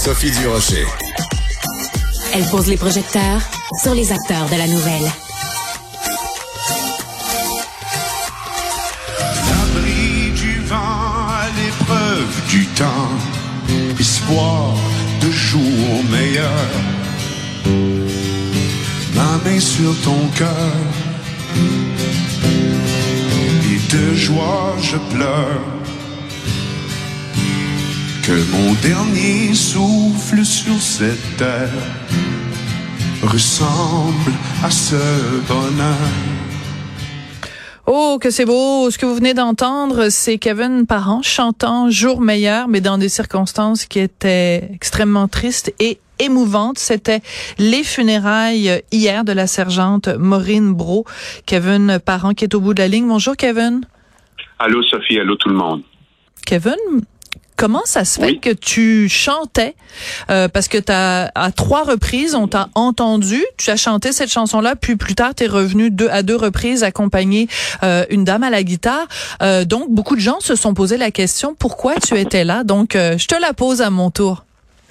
Sophie Durocher. Elle pose les projecteurs sur les acteurs de la nouvelle. L'abri du vent à l'épreuve du temps, espoir de jours meilleurs. Ma main sur ton cœur, et de joie je pleure. Que mon dernier souffle sur cette terre ressemble à ce bonheur. Oh, que c'est beau! Ce que vous venez d'entendre, c'est Kevin Parent chantant Jour meilleur, mais dans des circonstances qui étaient extrêmement tristes et émouvantes. C'était les funérailles hier de la sergente Maureen Brault. Kevin Parent qui est au bout de la ligne. Bonjour, Kevin. Allô, Sophie. Allô, tout le monde. Kevin, comment ça se fait que tu chantais, parce que à 3 reprises, on t'a entendu, tu as chanté cette chanson-là, puis plus tard, t'es revenu à 2 reprises accompagner une dame à la guitare. Donc, beaucoup de gens se sont posé la question, pourquoi tu étais là? Donc, je te la pose à mon tour.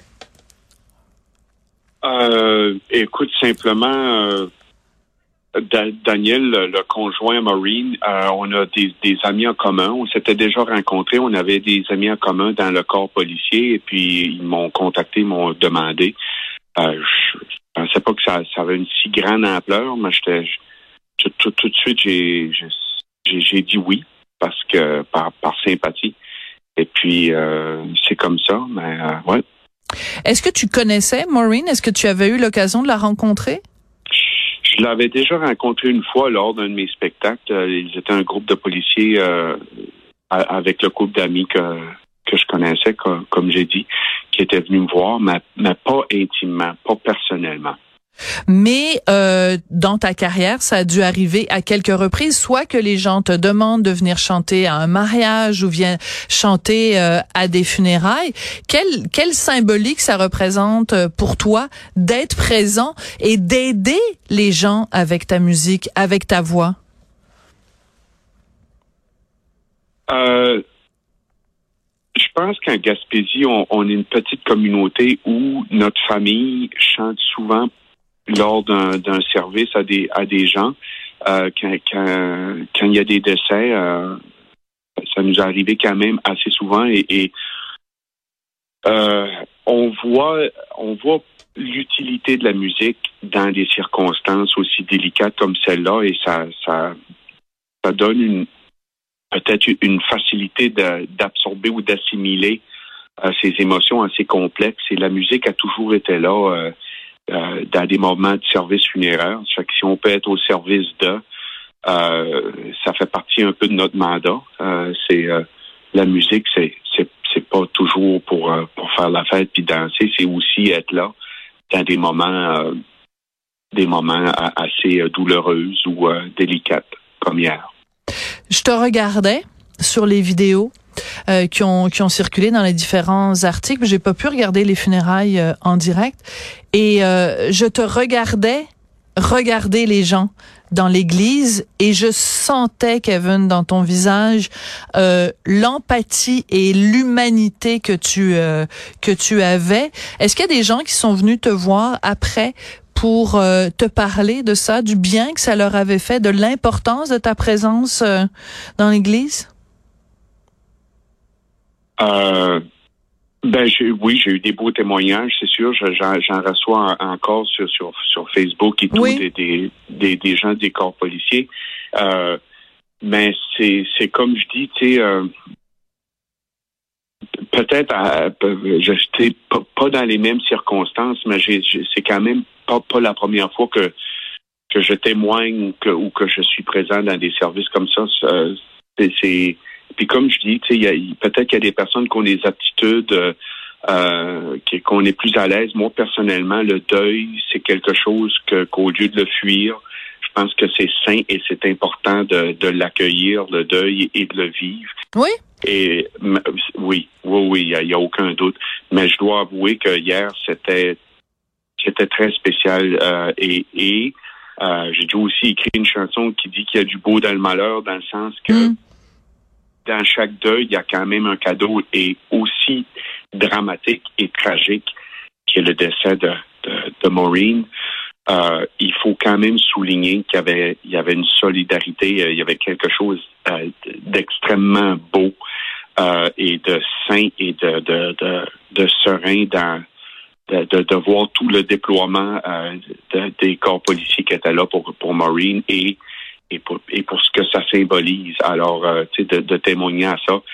Écoute, simplement... Daniel, le conjoint Maureen, on a des amis en commun. On s'était déjà rencontrés. On avait des amis en commun dans le corps policier. Et puis, ils m'ont contacté, ils m'ont demandé. Je pensais pas que ça avait une si grande ampleur, mais tout de suite, j'ai dit oui, parce que par sympathie. Et puis, c'est comme ça, mais ouais. Est-ce que tu connaissais Maureen? Est-ce que tu avais eu l'occasion de la rencontrer? Je l'avais déjà rencontré une fois lors d'un de mes spectacles. Ils étaient un groupe de policiers avec le couple d'amis que je connaissais, comme j'ai dit, qui étaient venus me voir, mais pas intimement, pas personnellement. Mais dans ta carrière, ça a dû arriver à quelques reprises, soit que les gens te demandent de venir chanter à un mariage ou viennent chanter à des funérailles. Quelle symbolique ça représente pour toi d'être présent et d'aider les gens avec ta musique, avec ta voix? Je pense qu'en Gaspésie, on est une petite communauté où notre famille chante souvent lors d'un service à des gens. Quand il y a des décès, ça nous est arrivé quand même assez souvent et on voit l'utilité de la musique dans des circonstances aussi délicates comme celle-là et ça donne peut-être une facilité d'absorber ou d'assimiler ces émotions assez complexes et la musique a toujours été là dans des moments de service funéraire. Fait que si on peut être au service de, ça fait partie un peu de notre mandat. La musique, c'est pas toujours pour faire la fête puis danser, c'est aussi être là dans des moments assez douloureux ou délicates comme hier. Je te regardais sur les vidéos qui ont circulé dans les différents articles. J'ai pas pu regarder les funérailles en direct et je te regardais regarder les gens dans l'église et je sentais, Kevin, dans ton visage l'empathie et l'humanité que tu avais. Est-ce qu'il y a des gens qui sont venus te voir après pour te parler de ça, du bien que ça leur avait fait, de l'importance de ta présence dans l'église? Oui, j'ai eu des beaux témoignages, c'est sûr. J'en reçois encore sur Facebook et tout, oui. des gens des corps policiers. Mais c'est comme je dis, tu sais, peut-être, j'étais pas dans les mêmes circonstances, mais c'est quand même pas la première fois que je témoigne ou que je suis présent dans des services comme ça. Puis comme je dis, tu sais, peut-être qu'il y a des personnes qui ont des aptitudes, qu'on est plus à l'aise. Moi, personnellement, le deuil, c'est quelque chose qu'au lieu de le fuir, je pense que c'est sain et c'est important de l'accueillir, le deuil, et de le vivre. Oui. Et oui, il y a aucun doute. Mais je dois avouer que hier, c'était très spécial. Et j'ai dû aussi écrire une chanson qui dit qu'il y a du beau dans le malheur, dans le sens que dans chaque deuil, il y a quand même un cadeau et aussi dramatique et tragique. qui est le décès de Maureen, il faut quand même souligner qu'il y avait une solidarité, il y avait quelque chose d'extrêmement beau et de sain et de serein de voir tout le déploiement des corps policiers qui étaient là pour Maureen et pour ce que ça symbolise. Alors, tu sais, de témoigner à ça,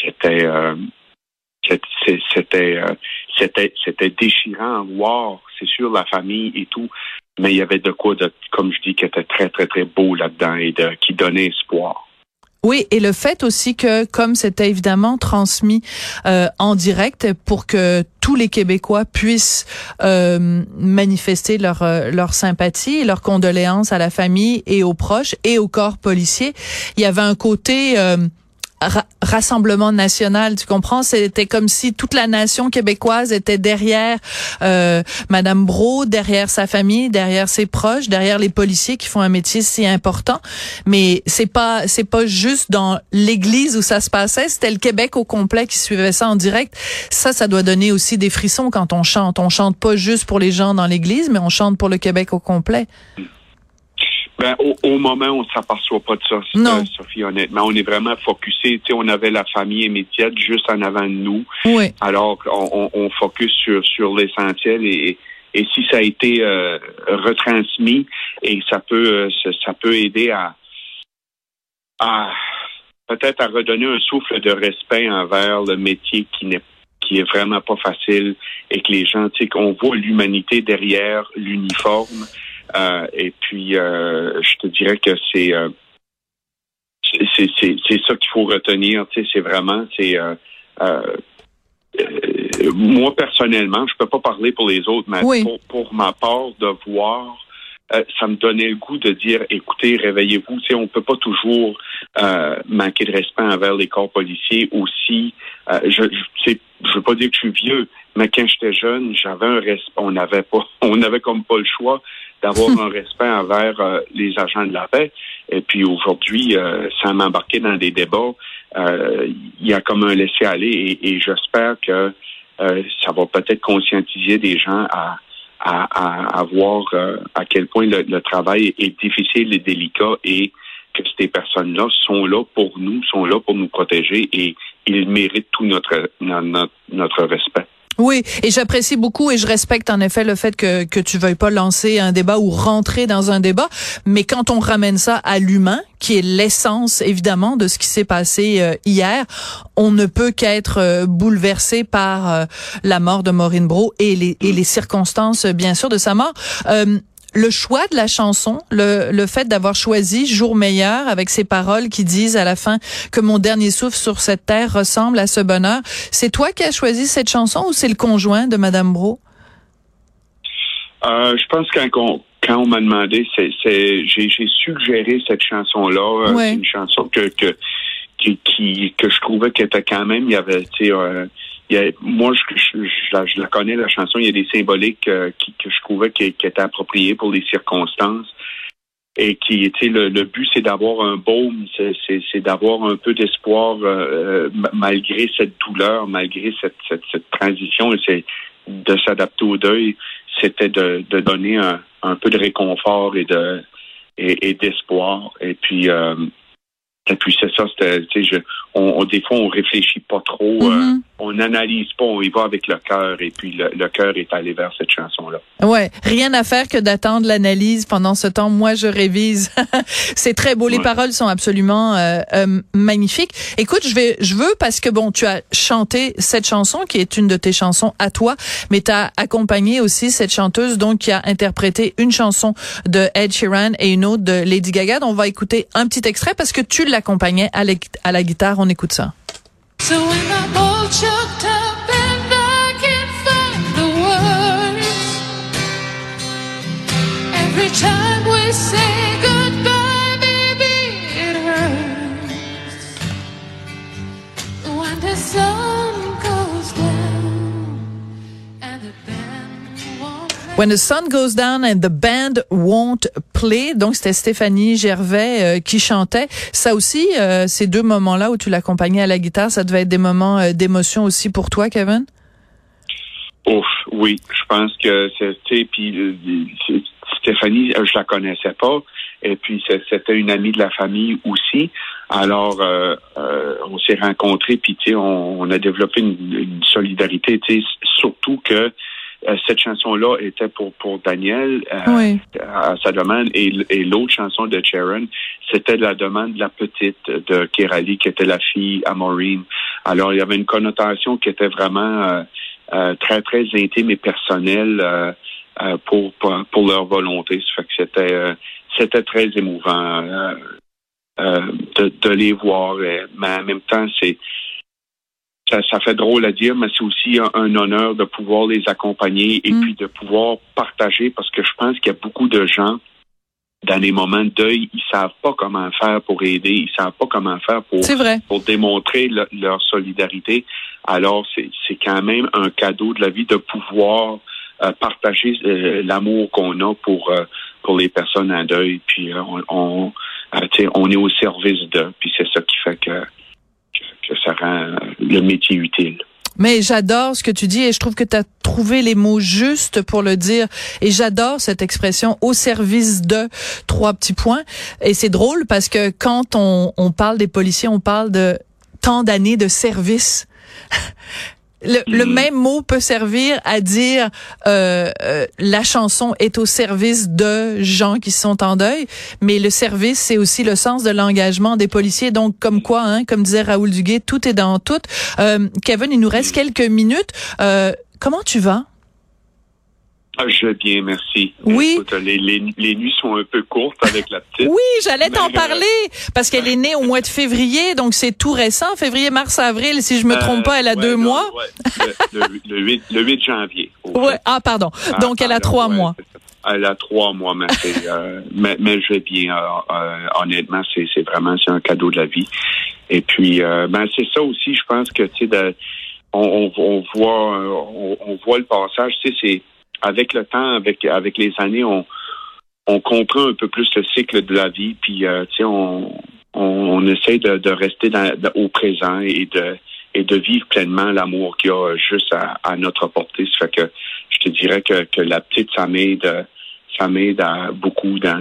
c'était déchirant à voir, c'est sûr, la famille et tout, mais il y avait de quoi, comme je dis, qui était très, très, très beau là-dedans et qui donnait espoir. Oui, et le fait aussi que, comme c'était évidemment transmis en direct pour que tous les Québécois puissent manifester leur sympathie et leur condoléances à la famille et aux proches et au corps policier, il y avait un côté rassemblement national, tu comprends? C'était comme si toute la nation québécoise était derrière Madame Brault, derrière sa famille, derrière ses proches, derrière les policiers qui font un métier si important. Mais c'est pas juste dans l'église où ça se passait, c'était le Québec au complet qui suivait ça en direct. Ça doit donner aussi des frissons quand on chante. On chante pas juste pour les gens dans l'église, mais on chante pour le Québec au complet. Ben, au moment, on ne s'aperçoit pas de ça, Sophie, honnêtement. On est vraiment focusé. Tu sais, on avait la famille immédiate juste en avant de nous. Oui. Alors, on focus sur l'essentiel et si ça a été retransmis et ça peut aider à peut-être à redonner un souffle de respect envers le métier qui est vraiment pas facile et que les gens, tu sais, qu'on voit l'humanité derrière l'uniforme. Et puis, je te dirais que c'est ça qu'il faut retenir. Tu sais, c'est vraiment, moi personnellement, je peux pas parler pour les autres, mais oui. pour ma part, de voir, ça me donnait le goût de dire, écoutez, réveillez-vous. Tu sais, on peut pas toujours manquer de respect envers les corps policiers aussi. Je veux pas dire que je suis vieux, mais quand j'étais jeune, j'avais un respect. On avait comme pas le choix d'avoir un respect envers les agents de la paix. Et puis aujourd'hui, sans m'embarquer dans des débats, il y a comme un laisser-aller et j'espère que ça va peut-être conscientiser des gens à voir à quel point le travail est difficile et délicat et que ces personnes-là sont là pour nous protéger et ils méritent tout notre respect. Oui, et j'apprécie beaucoup et je respecte en effet le fait que tu veuilles pas lancer un débat ou rentrer dans un débat, mais quand on ramène ça à l'humain, qui est l'essence évidemment de ce qui s'est passé hier, on ne peut qu'être bouleversé par la mort de Maureen Brault et les circonstances bien sûr de sa mort. Le choix de la chanson, le fait d'avoir choisi Jour meilleur avec ces paroles qui disent à la fin que mon dernier souffle sur cette terre ressemble à ce bonheur, c'est toi qui as choisi cette chanson ou c'est le conjoint de Madame Brault? Je pense que quand on m'a demandé, j'ai suggéré cette chanson-là. Ouais. C'est une chanson que je trouvais qu'elle était quand même, il y avait, tu sais, moi, je la connais, la chanson. Il y a des symboliques que je trouvais qui étaient appropriées pour les circonstances. Et qui, tu sais, le but, c'est d'avoir un baume, c'est d'avoir un peu d'espoir malgré cette douleur, malgré cette transition. Et c'est de s'adapter au deuil. C'était de donner un peu de réconfort et d'espoir. Et puis c'est ça, tu sais, des fois, on réfléchit pas trop, on n'analyse pas, on y va avec le cœur, et puis le cœur est allé vers cette chanson-là. Ouais, rien à faire que d'attendre l'analyse pendant ce temps. Moi, je révise. C'est très beau. Les paroles sont absolument magnifiques. Écoute, je veux parce que bon, tu as chanté cette chanson qui est une de tes chansons à toi, mais tu as accompagné aussi cette chanteuse donc qui a interprété une chanson de Ed Sheeran et une autre de Lady Gaga. On va écouter un petit extrait parce que tu l'accompagnais à la guitare. On écoute ça. So when I'm all choked up and I can't find the words, every time we say goodbye, baby, it hurts. When the sun goes down and the band won't play. When the sun goes down and the band won't play. Donc, c'était Stéphanie Gervais qui chantait. Ça aussi, ces deux moments-là où tu l'accompagnais à la guitare, ça devait être des moments d'émotion aussi pour toi, Kevin? Ouf, oui. Je pense que puis Stéphanie, je la connaissais pas. Et puis c'était une amie de la famille aussi. Alors on s'est rencontrés, puis on a développé une solidarité. Surtout que cette chanson-là était pour Daniel oui. à sa demande, et l'autre chanson de Sharon, c'était la demande de la petite de Kerali, qui était la fille à Maureen. Alors il y avait une connotation qui était vraiment très très intime et personnelle pour leur volonté. Ça fait que c'était très émouvant de les voir, mais en même temps ça fait drôle à dire, mais c'est aussi un honneur de pouvoir les accompagner et puis de pouvoir partager, parce que je pense qu'il y a beaucoup de gens dans les moments de deuil, ils savent pas comment faire pour aider, ils savent pas comment faire pour démontrer leur solidarité. Alors c'est quand même un cadeau de la vie de pouvoir partager l'amour qu'on a pour les personnes en deuil. Puis on est au service d'eux. Puis c'est ça qui fait que ça rend le métier utile. Mais j'adore ce que tu dis et je trouve que tu as trouvé les mots justes pour le dire. Et j'adore cette expression « au service de » 3 petits points. Et c'est drôle parce que quand on parle des policiers, on parle de tant d'années de service. Le même mot peut servir à dire la chanson est au service de gens qui sont en deuil, mais le service, c'est aussi le sens de l'engagement des policiers. Donc, comme quoi, comme disait Raoul Duguay, tout est dans tout. Kevin, il nous reste quelques minutes. Comment tu vas? Je vais bien, merci. Oui. Écoute, les nuits sont un peu courtes avec la petite. Oui, j'allais t'en parler parce qu'elle est née au mois de février, donc c'est tout récent. Février, mars, avril, si je me trompe pas, elle a 2 mois. Ouais, le 8 janvier. Ouais. Ah, pardon. Donc, elle a 3 mois. Elle a 3 mois, mais mais je vais bien. Honnêtement, c'est un cadeau de la vie. Et puis, c'est ça aussi. Je pense que on voit le passage. C'est avec le temps, avec les années, on comprend un peu plus le cycle de la vie, puis on essaie de rester au présent et de vivre pleinement l'amour qu'il y a juste à notre portée. Ça fait que je te dirais que la petite, ça m'aide beaucoup dans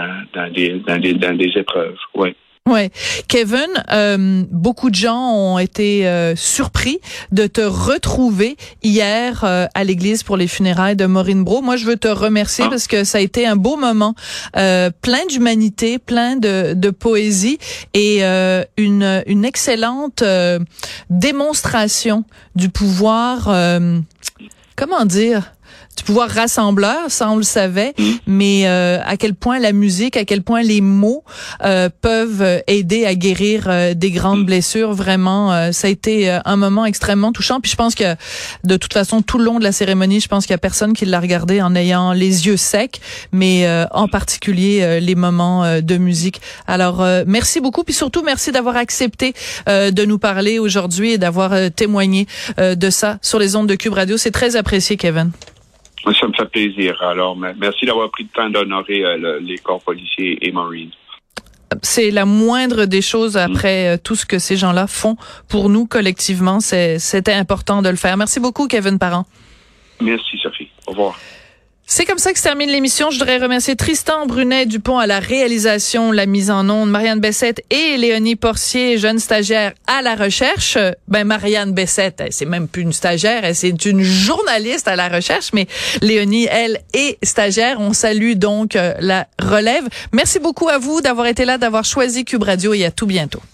des épreuves. Ouais. Ouais, Kevin, beaucoup de gens ont été surpris de te retrouver hier à l'église pour les funérailles de Maureen Brault. Moi, je veux te remercier parce que ça a été un beau moment, plein d'humanité, plein de poésie et une excellente démonstration du pouvoir, comment dire, du pouvoir rassembleur, ça on le savait, mais à quel point la musique, à quel point les mots peuvent aider à guérir des grandes blessures. Vraiment, ça a été un moment extrêmement touchant. Puis je pense que de toute façon, tout le long de la cérémonie, je pense qu'il y a personne qui l'a regardé en ayant les yeux secs, mais en particulier les moments de musique. Alors, merci beaucoup, puis surtout merci d'avoir accepté de nous parler aujourd'hui et d'avoir témoigné de ça sur les ondes de Cube Radio. C'est très apprécié, Kevin. Ça me fait plaisir. Alors, merci d'avoir pris le temps d'honorer les corps policiers et Maureen. C'est la moindre des choses après tout ce que ces gens-là font pour nous collectivement. C'était important de le faire. Merci beaucoup, Kevin Parent. Merci, Sophie. Au revoir. C'est comme ça que se termine l'émission. Je voudrais remercier Tristan Brunet-Dupont à la réalisation, la mise en onde, Marianne Bessette et Léonie Porcier, jeune stagiaire à la recherche. Marianne Bessette, c'est même plus une stagiaire, c'est une journaliste à la recherche, mais Léonie, elle, est stagiaire. On salue donc la relève. Merci beaucoup à vous d'avoir été là, d'avoir choisi Cube Radio et à tout bientôt.